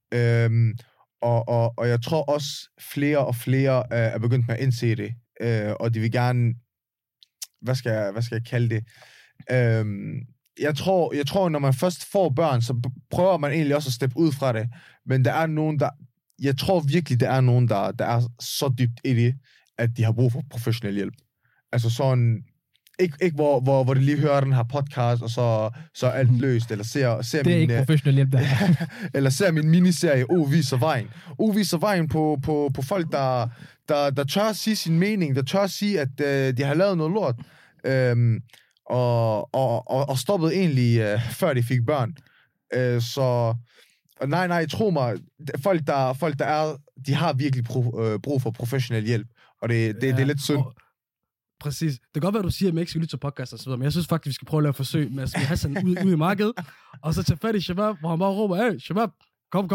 [SPEAKER 3] Og jeg tror også, flere og flere er begyndt med at indse det. Og de vil gerne... Hvad skal jeg kalde det? Jeg tror, når man først får børn, så prøver man egentlig også at steppe ud fra det. Men der er nogen, der... Jeg tror virkelig, der er nogen, der er så dybt i det, at de har brug for professionel hjælp. Altså sådan... Ikke hvor de lige hører den her podcast, og så er alt løst, eller ser
[SPEAKER 1] Det er
[SPEAKER 3] min,
[SPEAKER 1] ikke professionel hjælp, der.
[SPEAKER 3] eller ser min miniserie, viser vejen. Viser vejen på folk, der tør at sige sin mening, der tør at sige, at de har lavet noget lort, og stoppet egentlig, før de fik børn. Så nej, tro mig, folk der er, de har virkelig brug for professionel hjælp, og det er lidt synd.
[SPEAKER 2] Præcis. Det kan godt være, du siger, at man ikke skal lytte til podcast og så videre, men jeg synes faktisk, vi skal prøve at lave forsøg med at smide Hassan ud i markedet, og så tage fat i Shabab, hvor han bare råber, hey, Shabab, kom.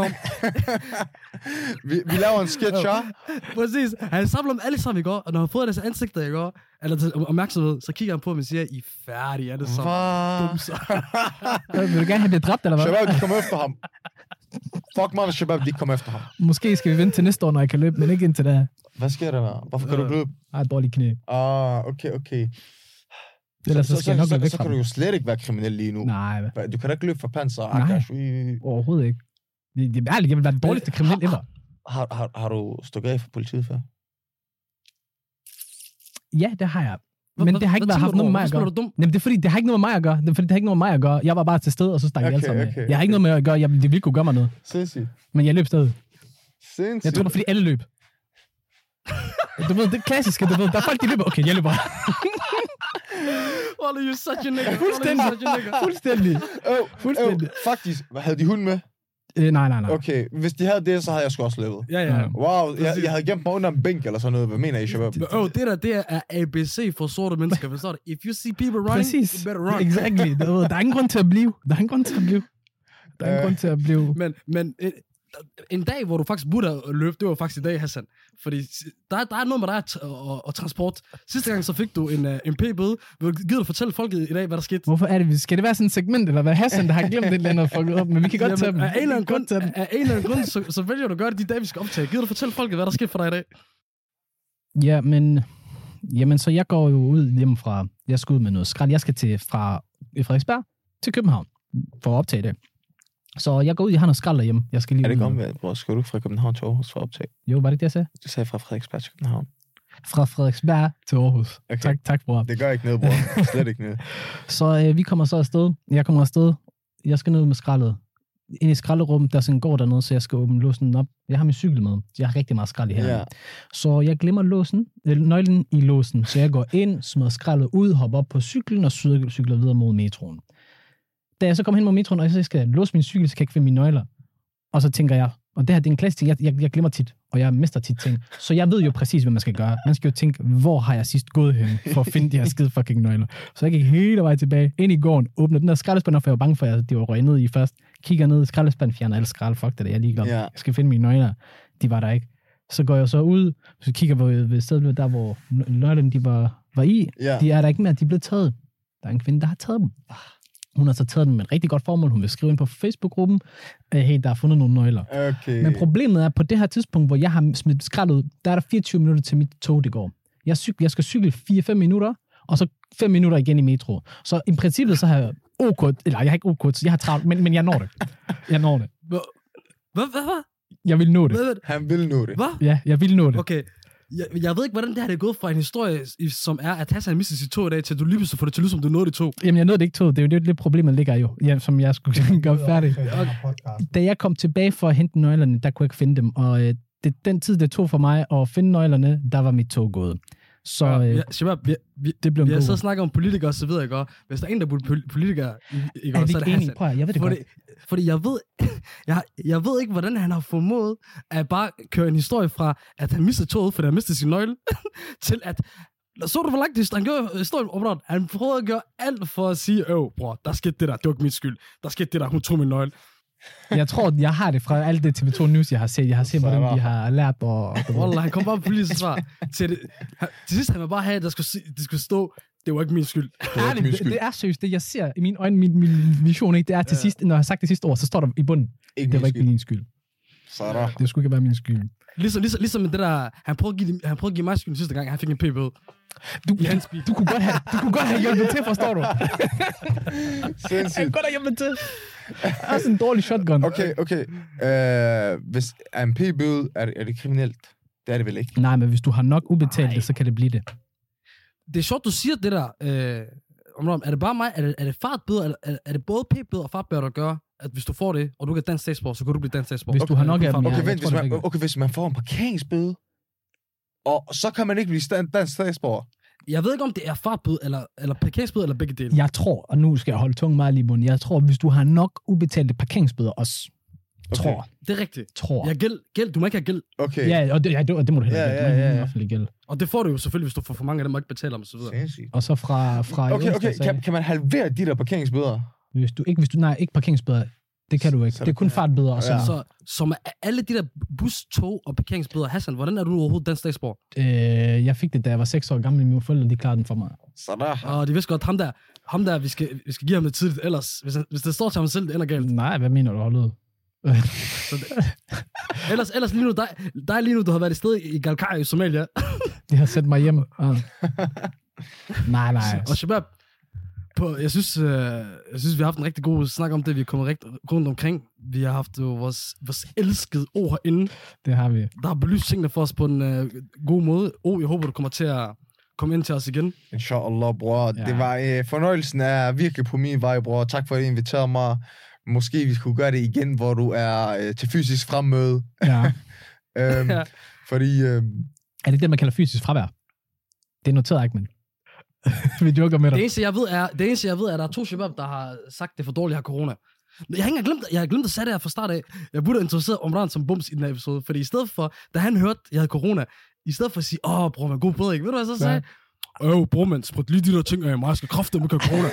[SPEAKER 3] vi laver en sketch, ja?
[SPEAKER 2] Præcis. Han samler dem alle sammen i går, og når han har fået deres ansigter i går, eller opmærksomhed, så kigger han på dem og siger, I er færdige, alle sammen.
[SPEAKER 1] Vil du gerne have det dræbt, eller hvad?
[SPEAKER 3] Shabab, de kommer efter ham. Fuck mig, Shabab, de kommer efter ham.
[SPEAKER 1] Måske skal vi vente til næste år, når jeg kan løbe, men ikke indtil da.
[SPEAKER 3] Hvad sker der med? Hvorfor kan du ikke løbe?
[SPEAKER 1] Jeg har et dårligt knæ.
[SPEAKER 3] Okay.
[SPEAKER 1] Ellers så skal jeg nok løbe væk
[SPEAKER 3] så
[SPEAKER 1] fra
[SPEAKER 3] kan du jo slet ikke være kriminel lige nu.
[SPEAKER 1] Nej.
[SPEAKER 3] Du kan da ikke løbe fra panser.
[SPEAKER 1] Nej, overhovedet ikke. Det er ærligt, jeg vil være den dårligste kriminel ever.
[SPEAKER 3] Har du stukket af for politiet før?
[SPEAKER 1] Ja, det har jeg. Men det har ikke haft noget med mig at gøre. Jamen, det er fordi, det har ikke noget med mig at gøre. Jeg var bare til stede, og så stak jeg alle sammen med. Jeg har ikke noget med at gøre. De ville kunne gøre mig noget.
[SPEAKER 3] Sindssygt.
[SPEAKER 1] Men jeg løb stadig.
[SPEAKER 3] Sindssygt.
[SPEAKER 1] Jeg tror det, fordi alle løb. Du ved, det er klassiske, du ved. Der er folk, de løber. Okay, jeg løber.
[SPEAKER 2] Wallah, you're such a nigga.
[SPEAKER 1] Fuldstændig.
[SPEAKER 3] Faktisk, havde de hund med?
[SPEAKER 1] Nej.
[SPEAKER 3] Okay, hvis de havde det, så havde jeg sgu også løbet.
[SPEAKER 2] Ja.
[SPEAKER 3] Wow, jeg havde gemt mig under en bænk eller sådan noget. Hvad mener I, Shabab?
[SPEAKER 2] Det er ABC for sorte mennesker, forstår du? If you see people running, you better run.
[SPEAKER 1] Exactly. Der er ingen grund til at blive. Der er ingen grund til at blive.
[SPEAKER 2] Men en dag, hvor du faktisk burde løbe, det var faktisk i dag, Hassan. Fordi der er noget med dig og transport. Sidste gang så fik du en p-bøde. Vil du give fortælle folket i dag, hvad der skete?
[SPEAKER 1] Hvorfor er det? Skal det være sådan et segment, eller hvad? Hassan, der har glemt et eller andet fucket op, men vi kan godt tage dem.
[SPEAKER 2] Af en eller anden grund, så vælger du at gøre det de dage, vi skal optage. Gider du fortælle folket, hvad der skete for dig i dag?
[SPEAKER 1] Ja, men så jeg går jo ud hjemmefra. Jeg skal ud med noget skrald. Jeg skal fra Frederiksberg til København for at optage det. Så jeg går ud, jeg har noget skrald derhjemme. Jeg skal lige
[SPEAKER 3] er det ikke omvendt? Hvor skal du fra København til Aarhus for at optage?
[SPEAKER 1] Jo, var det det, jeg sagde?
[SPEAKER 3] Du sagde fra Frederiksberg til København.
[SPEAKER 1] Fra Frederiksberg til Aarhus.
[SPEAKER 3] Okay.
[SPEAKER 1] Tak, bror.
[SPEAKER 3] Det gør ikke noget, bror. Slet ikke noget.
[SPEAKER 1] Så vi kommer så afsted. Jeg kommer afsted. Jeg skal ned med skraldet. Ind i skralderummet, der sådan går dernede, så jeg skal åbne låsen op. Jeg har min cykel med. Jeg har rigtig meget skrald i her.
[SPEAKER 3] Yeah.
[SPEAKER 1] Så jeg glemmer nøglen i låsen. Så jeg går ind, smider skraldet ud, hopper op på cyklen og cykler videre mod metroen. Da jeg så kommer hen mod metroen, og jeg skal låse min cykel, så kan jeg ikke finde mine nøgler. Og så tænker jeg, og det her det er en klassisk ting, jeg glemmer tit, og jeg mister tit ting. Så jeg ved jo præcis, hvad man skal gøre. Man skal jo tænke, hvor har jeg sidst gået hen, for at finde de her skide fucking nøgler. Så jeg gik hele vejen tilbage, ind i gården, åbnede den der skraldespand op, for jeg var bange for, at de var røget ned i først. Kigger ned i skraldespanden, fjerner alle skrald, fuck det, jeg er ligeglad. Jeg skal finde mine nøgler. De var der ikke. Så går jeg så ud, så kigger jeg ved stedet, der hvor nøglerne de var i. De er der ikke mere, de er blevet taget. Der er en kvinde, der har taget dem. Hun har så taget den med et rigtig godt formål. Hun vil skrive ind på Facebook-gruppen, hey, der er fundet nogle nøgler.
[SPEAKER 3] Okay.
[SPEAKER 1] Men problemet er, på det her tidspunkt, hvor jeg har smidt skrald ud, der er der 24 minutter til mit tog, det går. Jeg skal cykle 4-5 minutter, og så 5 minutter igen i metro. Så i princippet så har jeg jeg har ikke OK, jeg har travlt, men jeg når det.
[SPEAKER 2] Hvad?
[SPEAKER 1] Jeg vil nå det.
[SPEAKER 3] Han vil nå det.
[SPEAKER 2] Hvad?
[SPEAKER 1] Ja, jeg vil nå det.
[SPEAKER 2] Okay. Jeg ved ikke, hvordan det her er gået fra en historie, som er, at Hassan mistede sit tog i dag, til at du lige pludselig får det til at lyde, som du nåede det tog.
[SPEAKER 1] Jamen, jeg nåede det ikke tog. Det er jo det problemet ligger jo, som jeg skulle gøre færdig. Da jeg kom tilbage for at hente nøglerne, der kunne jeg ikke finde dem. Og den tid, det tog for mig at finde nøglerne, der var mit tog gået. Så
[SPEAKER 2] Shabab,
[SPEAKER 1] det blev
[SPEAKER 2] vi har så snakket om politikere og så videre, ikke? Hvis der er en, der burde politikere, ikke? Så er det Hassan.
[SPEAKER 1] Jeg ved det godt.
[SPEAKER 2] Fordi jeg ved ikke, hvordan han har formået at bare køre en historie fra, at han mistede toget, fordi han mistede sin nøgle, til at... Så du, hvor langt det han gjorde historien om, han prøvede at gøre alt for at sige, bror, der skete det der, det var ikke min skyld. Der skete det der, hun tog min nøgle.
[SPEAKER 1] Jeg tror, jeg har det fra alt det TV2 News, jeg har set. Jeg har set, hvordan de har lært.
[SPEAKER 2] Wallah, han kom bare på politisk svar. Til sidst han var bare have, at det skulle stå, det var ikke min skyld.
[SPEAKER 1] Det er seriøst, det jeg ser i mine øjne, min vision, ikke? Det er til sidst, når jeg har sagt det sidste ord, så står der i bunden, det var ikke min skyld. Det skulle ikke være min skyld.
[SPEAKER 2] Ligesom det der, han prøvede at give mig skyld sidste gang, han fik en p-bøde.
[SPEAKER 1] Du kunne godt have hjulpet til, forstår du?
[SPEAKER 3] Sindssygt.
[SPEAKER 1] Jeg kunne godt have hjulpet til. Det er også en dårlig shotgun.
[SPEAKER 3] Okay. Hvis en p-bøde, er det kriminelt? Det er det vel ikke?
[SPEAKER 1] Nej, men hvis du har nok ubetalt det, så kan det blive det.
[SPEAKER 2] det er sjovt, du siger det der. Er det bare mig? Er det fartbøder? Er det både p-bøder og fartbøder, der gør, at hvis du får det, og du kan dansk statsborger, så kan du blive dansk statsborger?
[SPEAKER 1] Hvis du har nok af dem,
[SPEAKER 3] hvis man får en parkeringsbøde, og så kan man ikke blive dansk statsborger.
[SPEAKER 2] Jeg ved ikke, om det er fartbøde, eller parkeringsbøde, eller begge dele.
[SPEAKER 1] Jeg tror, og nu skal jeg holde tungen meget lige i munden, jeg tror, hvis du har nok ubetalte parkeringsbøder også, tror.
[SPEAKER 2] Det er rigtigt.
[SPEAKER 1] Tror.
[SPEAKER 2] Ja, gæld. Du må ikke have gæld.
[SPEAKER 3] Okay.
[SPEAKER 1] Ja, og det må du heller ikke.
[SPEAKER 3] Ja.
[SPEAKER 1] I hvert fald gæld.
[SPEAKER 2] Og det får du jo selvfølgelig, hvis du får for mange af dem, og ikke betaler dem, og så videre.
[SPEAKER 1] Og så fra
[SPEAKER 3] Okay. Kan man halvere de der parkeringsbøder?
[SPEAKER 1] Ikke parkeringsbøder. Det kan du ikke. Det er kun fartbøder og sådan.
[SPEAKER 2] Så med alle de der bus, tog og parkeringsbøder, Hassan, hvordan er du overhovedet dansk statsborger?
[SPEAKER 1] Jeg fik det, da jeg var 6 år gammel. Mine forældre, de klarede den for mig.
[SPEAKER 2] Og de vidste godt, ham der, vi skal give ham det tidligt, ellers, hvis det står til ham selv, det ender galt.
[SPEAKER 1] Nej, hvad mener du, hold ud?
[SPEAKER 2] ellers lige nu, dig lige nu, du har været et sted i Galkayo i Somalia.
[SPEAKER 1] De har sendt mig hjem. Nej.
[SPEAKER 2] Og Shabab, jeg synes, vi har haft en rigtig god snak om det. Vi er kommet rigtig rundt omkring. Vi har haft vores elskede ord herinde.
[SPEAKER 1] Det har vi.
[SPEAKER 2] Der har belyst tingene for os på en god måde. Jeg håber, du kommer til at komme ind til os igen.
[SPEAKER 3] Inshallah, bror. Ja. Det var fornøjelsen er virkelig på min vej, bror. Tak for, at I inviterede mig. Måske vi skulle gøre det igen, hvor du er til fysisk fremmøde.
[SPEAKER 1] Ja.
[SPEAKER 3] Fordi...
[SPEAKER 1] Er det det, man kalder fysisk fravær? Det er noteret, ikke, men... Vi joker med dig.
[SPEAKER 2] Det eneste, jeg ved, er, at der er 2 shabab, der har sagt, det er for dårligt, har corona. Jeg har glemt at sætte det her fra start af. Jeg burde have introduceret Omran som bums i den her episode, fordi i stedet for, da han hørte, jeg havde corona, i stedet for at sige, bror, man god bedring, ved du, hvad jeg så sagde? Bror, man, sprød lige de der ting, jeg skal kræfte med corona.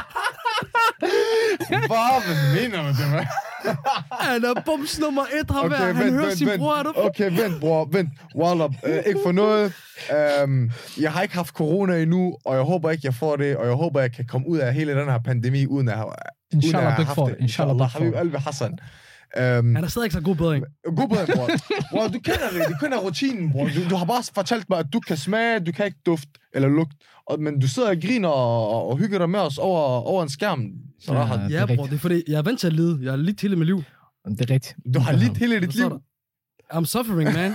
[SPEAKER 3] Hvad mener du det, man?
[SPEAKER 2] Han er bums nummer 1, ham her. Han hører sin bror.
[SPEAKER 3] Okay, vent, bror. Vent. Wallop. Ikke for noget. Jeg har ikke haft corona endnu, og jeg håber ikke, jeg får det, og jeg håber, jeg kan komme ud af hele den her pandemi, uden at have haft det. Inshallah, Habib Albi Hassan.
[SPEAKER 2] Han er stadig ikke så god bedring.
[SPEAKER 3] God bedring, bror. Bror, du kender det. Du kender rutinen, bror. Du har bare fortalt mig, at du kan smage, du kan ikke dufte eller lugte. Men du sidder og griner og hygger dig med os over en skærm. Så
[SPEAKER 2] bror, det er fordi, jeg er vant til at lide. Jeg har lidt hele mit liv.
[SPEAKER 1] Det er rigtigt.
[SPEAKER 3] Du har lidt hele dit liv.
[SPEAKER 2] I'm suffering, man.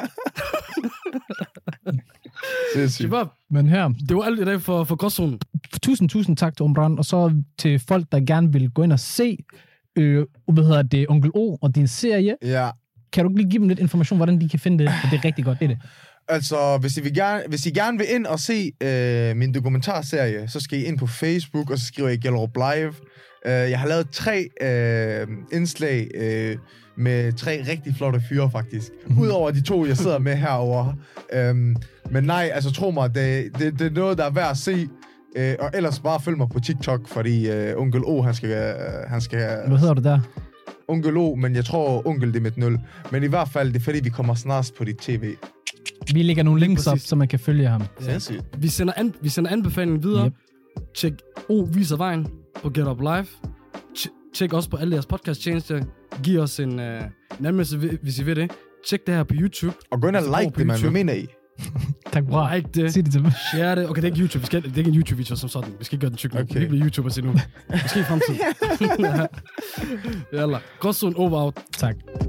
[SPEAKER 3] Det er sygt.
[SPEAKER 1] Men her...
[SPEAKER 2] Det var alt i dag for Gråzonen.
[SPEAKER 1] Tusind tak til Omran, og så til folk, der gerne vil gå ind og se Onkel O og din serie.
[SPEAKER 3] Ja.
[SPEAKER 1] Kan du lige give dem lidt information, hvordan de kan finde det? For det er rigtig godt, det er det.
[SPEAKER 3] Altså, hvis I gerne vil ind og se min dokumentarserie, så skal I ind på Facebook, og så skriver I Gellerup Live. Jeg har lavet 3 indslag med 3 rigtig flotte fyre, faktisk. Udover de 2, jeg sidder med herovre. Men nej, altså tro mig, det er noget, der er værd at se. Og ellers bare følg mig på TikTok, fordi Onkel O, han skal...
[SPEAKER 1] Hvad hedder du der?
[SPEAKER 3] Onkel O, men jeg tror Onkel det med et 0. Men i hvert fald, det er fordi, vi kommer snart på dit tv.
[SPEAKER 1] Vi lægger nogle links op, så man kan følge ham.
[SPEAKER 3] Sindssygt.
[SPEAKER 2] Vi sender anbefalingen videre. Yep. Tjek O viser vejen på Get Up Live. Tjek også på alle jeres podcast-tjenester. Giv os en anmeldelse, hvis I vil det. Tjek det her på YouTube.
[SPEAKER 3] Og gå ind og like det, man. Hvad mener I?
[SPEAKER 1] Tak, bror.
[SPEAKER 2] Like det.
[SPEAKER 1] Sig det til mig.
[SPEAKER 2] Share det. Okay, det er ikke YouTube. Det er ikke en YouTube-video som sådan. Vi skal ikke gøre den tyk nu.
[SPEAKER 3] Okay.
[SPEAKER 2] Vi kan ikke blive YouTubers endnu. Måske i fremtiden. Jalla. Gråzonen over out.
[SPEAKER 1] Tak.